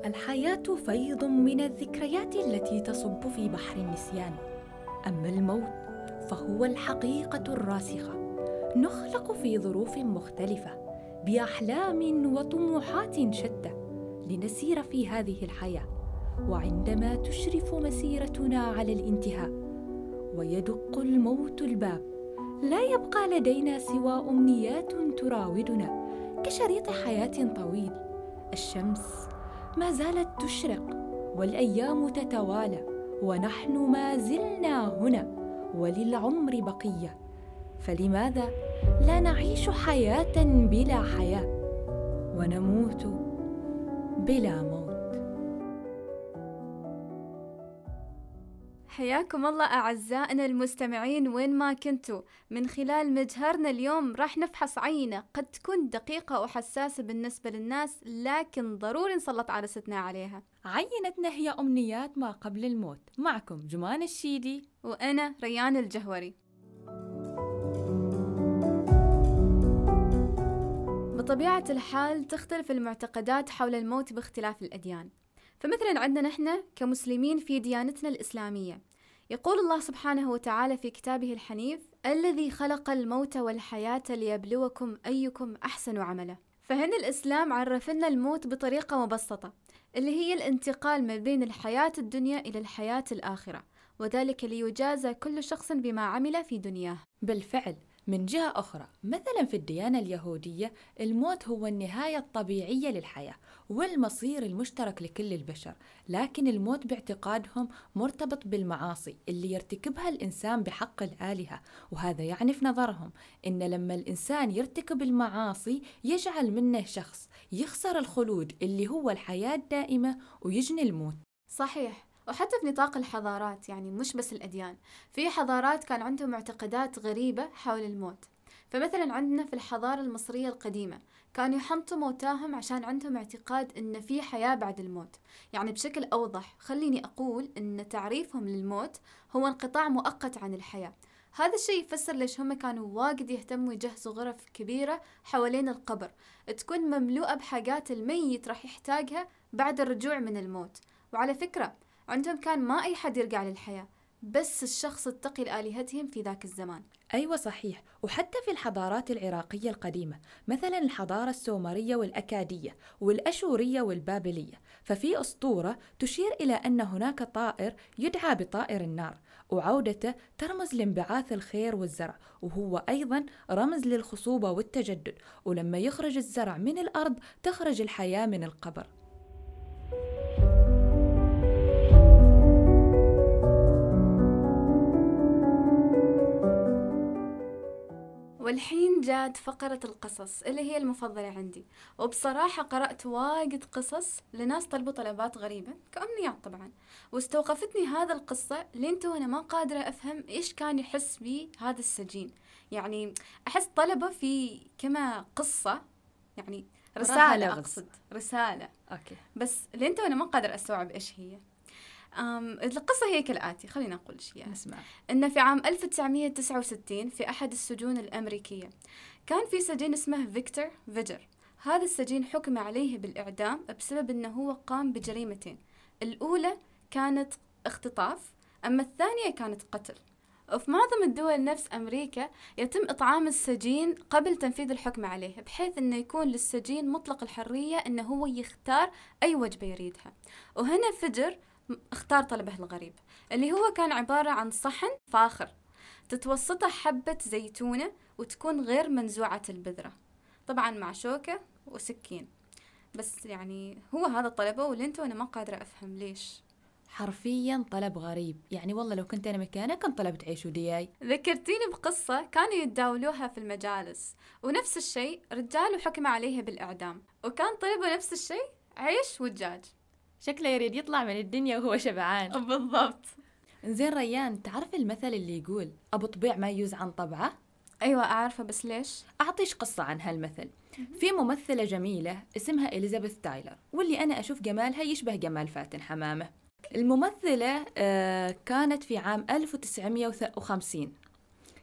الحياة فيض من الذكريات التي تصب في بحر النسيان، أما الموت فهو الحقيقة الراسخة. نخلق في ظروف مختلفة بأحلام وطموحات شتى لنسير في هذه الحياة، وعندما تشرف مسيرتنا على الانتهاء ويدق الموت الباب، لا يبقى لدينا سوى أمنيات تراودنا كشريط حياة طويل. الشمس ما زالت تشرق والأيام تتوالى، ونحن ما زلنا هنا وللعمر بقية، فلماذا لا نعيش حياة بلا حياة ونموت بلا موت؟ حياكم الله أعزائنا المستمعين وين ما كنتوا. من خلال مجهرنا اليوم راح نفحص عينة قد تكون دقيقة وحساسة بالنسبة للناس، لكن ضروري نسلط عدستنا عليها. عينتنا هي أمنيات ما قبل الموت. معكم جمان الشيدي وأنا ريان الجهوري. بطبيعة الحال تختلف المعتقدات حول الموت باختلاف الأديان. فمثلا عندنا نحن كمسلمين في ديانتنا الإسلامية يقول الله سبحانه وتعالى في كتابه الحنيف: الذي خلق الموت والحياة ليبلوكم أيكم أحسن عملا. فهنا الإسلام عرف لنا الموت بطريقة مبسطة، اللي هي الانتقال ما بين الحياة الدنيا إلى الحياة الآخرة، وذلك ليجازى كل شخص بما عمل في دنياه. بالفعل، من جهة أخرى مثلا في الديانة اليهودية الموت هو النهاية الطبيعية للحياة والمصير المشترك لكل البشر، لكن الموت باعتقادهم مرتبط بالمعاصي اللي يرتكبها الإنسان بحق الآلهة، وهذا يعني في نظرهم إن لما الإنسان يرتكب المعاصي يجعل منه شخص يخسر الخلود اللي هو الحياة الدائمة ويجني الموت. صحيح، وحتى في نطاق الحضارات، يعني مش بس الأديان، في حضارات كان عندهم معتقدات غريبة حول الموت. فمثلا عندنا في الحضارة المصرية القديمة كانوا يحنطوا موتاهم عشان عندهم اعتقاد إن في حياة بعد الموت. يعني بشكل أوضح خليني أقول إن تعريفهم للموت هو انقطاع مؤقت عن الحياة. هذا الشيء يفسر ليش هم كانوا واجد يهتموا يجهزوا غرف كبيرة حوالين القبر تكون مملوءة بحاجات الميت راح يحتاجها بعد الرجوع من الموت. وعلى فكرة عندهم كان ما أي حد يرجع للحياة، بس الشخص التقي لآلهتهم في ذاك الزمان. أيوة صحيح، وحتى في الحضارات العراقية القديمة مثلا الحضارة السومرية والأكادية والأشورية والبابلية، ففي أسطورة تشير إلى أن هناك طائر يدعى بطائر النار، وعودته ترمز لانبعاث الخير والزرع، وهو أيضا رمز للخصوبة والتجدد، ولما يخرج الزرع من الأرض تخرج الحياة من القبر. والحين جات فقرة القصص اللي هي المفضلة عندي، وبصراحة قرأت واجد قصص لناس طلبوا طلبات غريبة كأمنيات طبعا، واستوقفتني هذا القصة لين أنا ما قادرة أفهم إيش كان يحس بي هذا السجين. يعني أحس طلبة في كما قصة، يعني رسالة، أقصد رسالة. أوكي. بس لين أنا ما قادرة أستوعب إيش هي. القصة هي كالآتي، خلينا نقول شيء. نسمع. إن في عام 1969 في أحد السجون الأمريكية كان في سجين اسمه فيكتور فيجر. هذا السجين حكم عليه بالإعدام بسبب أنه هو قام بجريمتين. الأولى كانت اختطاف، أما الثانية كانت قتل. وفي معظم الدول نفس أمريكا يتم إطعام السجين قبل تنفيذ الحكم عليه، بحيث أنه يكون للسجين مطلق الحرية أنه هو يختار أي وجبة يريدها. وهنا فيجر اختار طلبه الغريب اللي هو كان عبارة عن صحن فاخر تتوسطه حبة زيتونة وتكون غير منزوعة البذرة، طبعا مع شوكة وسكين. بس يعني هو هذا طلبه، ولينتو أنا ما قادرة أفهم ليش. حرفيا طلب غريب، يعني والله لو كنت أنا مكانك كنت طلبت عيش ودياي. ذكرتيني بقصة كانوا يتداولوها في المجالس، ونفس الشيء رجال حكم عليه بالإعدام، وكان طلبه نفس الشيء عيش ودجاج. شكله يريد يطلع من الدنيا وهو شبعان. بالضبط. زين ريان، تعرف المثل اللي يقول أبو طبيع ما يوز عن طبعه؟ أيوة أعرفه، بس ليش؟ أعطيش قصة عن هالمثل. في ممثلة جميلة اسمها إليزابيث تايلر، واللي أنا أشوف جمالها يشبه جمال فاتن حمامة. الممثلة كانت في عام 1950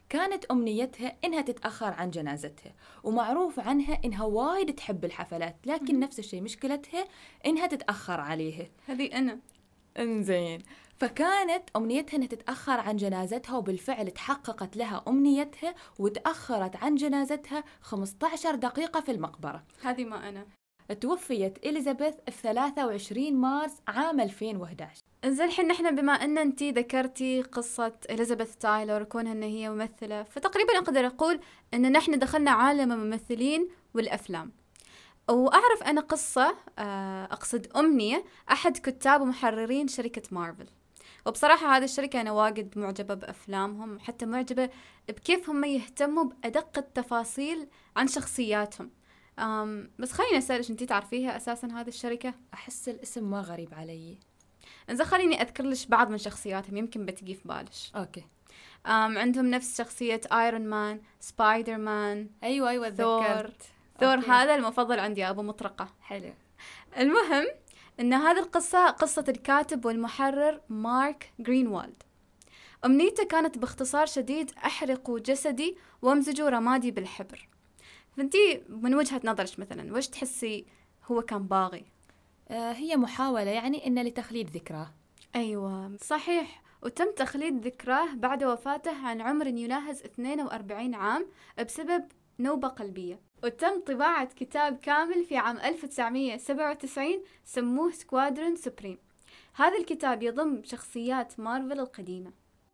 كانت أمنيتها إنها تتأخر عن جنازتها، ومعروف عنها إنها وايد تحب الحفلات، لكن نفس الشيء مشكلتها إنها تتأخر عليها. هذه أنا. إنزين، فكانت أمنيتها إنها تتأخر عن جنازتها، وبالفعل تحققت لها أمنيتها وتأخرت عن جنازتها 15 دقيقة في المقبرة. هذه ما أنا. توفيت إليزابيث في 23 مارس عام 2011. انزين، الحين نحن بما أن أنتي ذكرتي قصة إليزابيث تايلور كونها أن هي ممثلة، فتقريبا أقدر أقول أن نحن دخلنا عالم الممثلين والأفلام. وأعرف أنا قصة، أقصد أمنية أحد كتاب ومحررين شركة مارفل. وبصراحة هذه الشركة أنا واجد معجبة بأفلامهم، حتى معجبة بكيف هم يهتموا بأدق التفاصيل عن شخصياتهم. بس خليني أسألش، أنتي تعرفيها أساسا هذه الشركة؟ أحس الاسم ما غريب علي. إنزين خليني أذكر لش بعض من شخصياتهم يمكن بتجي في بالش. أوكي. عندهم نفس شخصية آيرون مان، سبايدر مان. أيوة ثور. ثور هذا المفضل عندي، أبو مطرقة. حلو. المهم إن هذه القصة قصة الكاتب والمحرر مارك جرينوالد. أمنيته كانت باختصار شديد: أحرقوا جسدي وامزجوا رمادي بالحبر. فأنتي من وجهة نظرك مثلا وش تحسي هو كان باغي؟ هي محاولة يعني إن لتخليد ذكراه. أيوة صحيح، وتم تخليد ذكراه بعد وفاته عن عمر يناهز 42 عام بسبب نوبة قلبية. وتم طباعة كتاب كامل في عام 1997 سموه سكوادرون سوبريم. هذا الكتاب يضم شخصيات مارفل القديمة.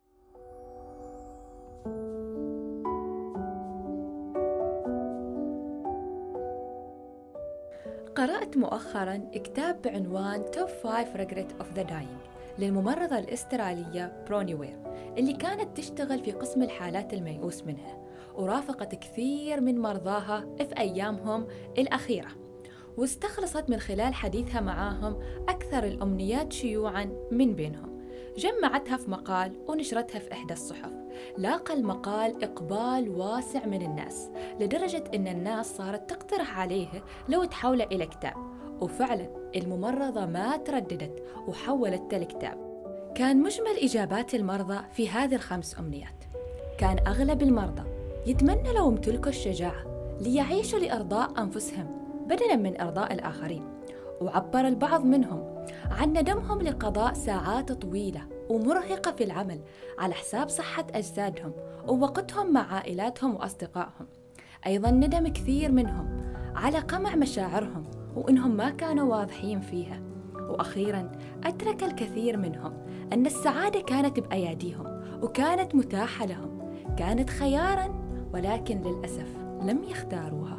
قرأت مؤخراً كتاب بعنوان Top 5 Regret of the Dying للممرضة الأسترالية بروني وير، اللي كانت تشتغل في قسم الحالات الميؤوس منها، ورافقت كثير من مرضاها في أيامهم الأخيرة، واستخلصت من خلال حديثها معاهم أكثر الأمنيات شيوعاً من بينهم. جمعتها في مقال ونشرتها في إحدى الصحف. لاقى المقال إقبال واسع من الناس، لدرجة إن الناس صارت تقترح عليه لو تحوله إلى كتاب. وفعلا الممرضة ما ترددت وحولته لكتاب. كان مجمل إجابات المرضى في هذه ال5 أمنيات. كان أغلب المرضى يتمنى لو امتلكوا الشجاعة ليعيشوا لإرضاء أنفسهم بدلاً من إرضاء الآخرين. وعبر البعض منهم عن ندمهم لقضاء ساعات طويلة ومرهقة في العمل على حساب صحة أجسادهم ووقتهم مع عائلاتهم وأصدقائهم. أيضاً ندم كثير منهم على قمع مشاعرهم وإنهم ما كانوا واضحين فيها. وأخيراً أدرك الكثير منهم أن السعادة كانت بأيديهم وكانت متاحة لهم، كانت خياراً، ولكن للأسف لم يختاروها.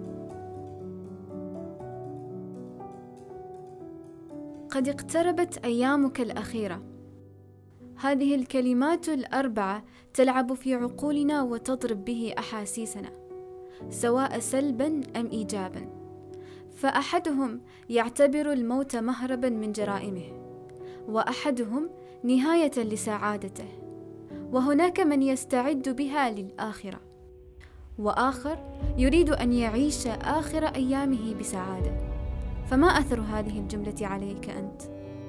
قد اقتربت أيامك الأخيرة. هذه الكلمات الأربعة تلعب في عقولنا وتضرب به أحاسيسنا، سواء سلباً أم إيجاباً. فأحدهم يعتبر الموت مهرباً من جرائمه، وأحدهم نهاية لسعادته، وهناك من يستعد بها للآخرة، وآخر يريد أن يعيش آخر أيامه بسعادة. فما أثر هذه الجملة عليك أنت؟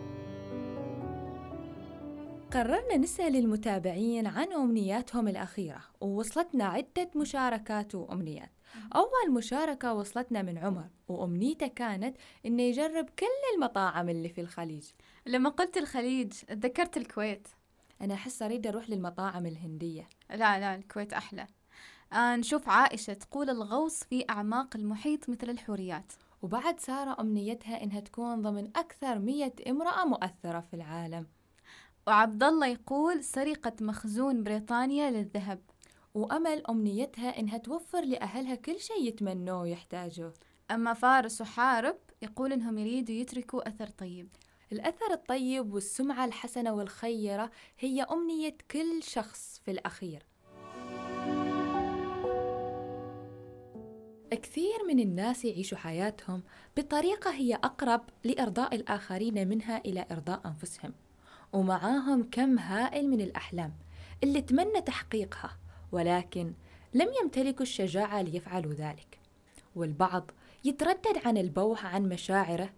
قررنا نسأل المتابعين عن أمنياتهم الأخيرة، ووصلتنا عدة مشاركات وأمنيات. أول مشاركة وصلتنا من عمر، وأمنيته كانت إنه يجرب كل المطاعم اللي في الخليج. لما قلت الخليج تذكرت الكويت. أنا أحس أريد أروح للمطاعم الهندية. لا الكويت أحلى. نشوف عائشة تقول الغوص في أعماق المحيط مثل الحوريات. وبعد سارة أمنيتها إنها تكون ضمن أكثر 100 امرأة مؤثرة في العالم. وعبد الله يقول سرقة مخزون بريطانيا للذهب. وأمل أمنيتها إنها توفر لأهلها كل شيء يتمنوه ويحتاجوه. أما فارس وحارب يقول إنهم يريدوا يتركوا أثر طيب. الأثر الطيب والسمعة الحسنة والخيرة هي أمنية كل شخص في الأخير. كثير من الناس يعيشوا حياتهم بطريقة هي أقرب لإرضاء الآخرين منها إلى إرضاء أنفسهم، ومعاهم كم هائل من الأحلام اللي تمنى تحقيقها، ولكن لم يمتلكوا الشجاعة ليفعلوا ذلك. والبعض يتردد عن البوح عن مشاعره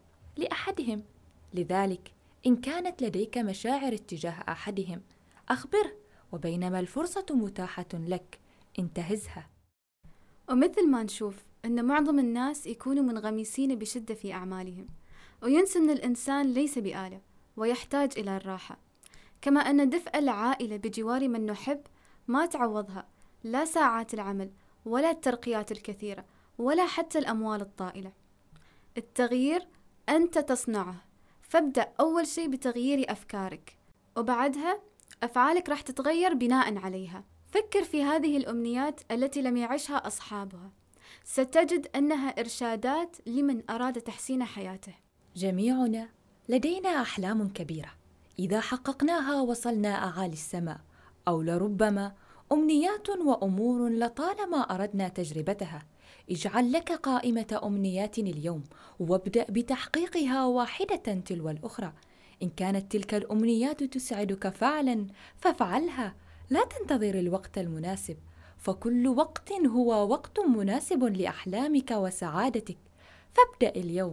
لأحدهم. لذلك إن كانت لديك مشاعر اتجاه أحدهم أخبره وبينما الفرصة متاحة لك انتهزها. ومثل ما نشوف أن معظم الناس يكونوا منغمسين بشدة في أعمالهم، وينسوا أن الإنسان ليس بآلة ويحتاج إلى الراحة، كما أن دفء العائلة بجوار من نحب ما تعوضها لا ساعات العمل ولا الترقيات الكثيرة ولا حتى الأموال الطائلة. التغيير أنت تصنعه، فابدأ أول شيء بتغيير أفكارك، وبعدها أفعالك راح تتغير بناء عليها. فكر في هذه الأمنيات التي لم يعشها أصحابها، ستجد أنها إرشادات لمن أراد تحسين حياته. جميعنا لدينا أحلام كبيرة، إذا حققناها وصلنا أعالي السماء، أو لربما أمنيات وأمور لطالما أردنا تجربتها. اجعل لك قائمة أمنيات اليوم، وابدأ بتحقيقها واحدة تلو الأخرى. إن كانت تلك الأمنيات تسعدك فعلا فافعلها، لا تنتظر الوقت المناسب، فكل وقت هو وقت مناسب لأحلامك وسعادتك، فابدأ اليوم.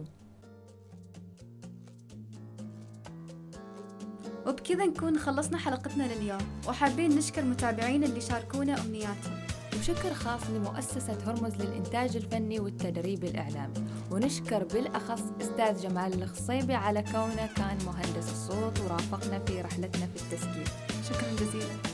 وبكذا نكون خلصنا حلقتنا لليوم، وحابين نشكر متابعين اللي شاركونا أمنياتهم. وشكر خاص لمؤسسة هرمز للإنتاج الفني والتدريب الإعلامي، ونشكر بالأخص أستاذ جمال الخصيبي على كونه كان مهندس الصوت ورافقنا في رحلتنا في التسجيل. شكرا جزيلا.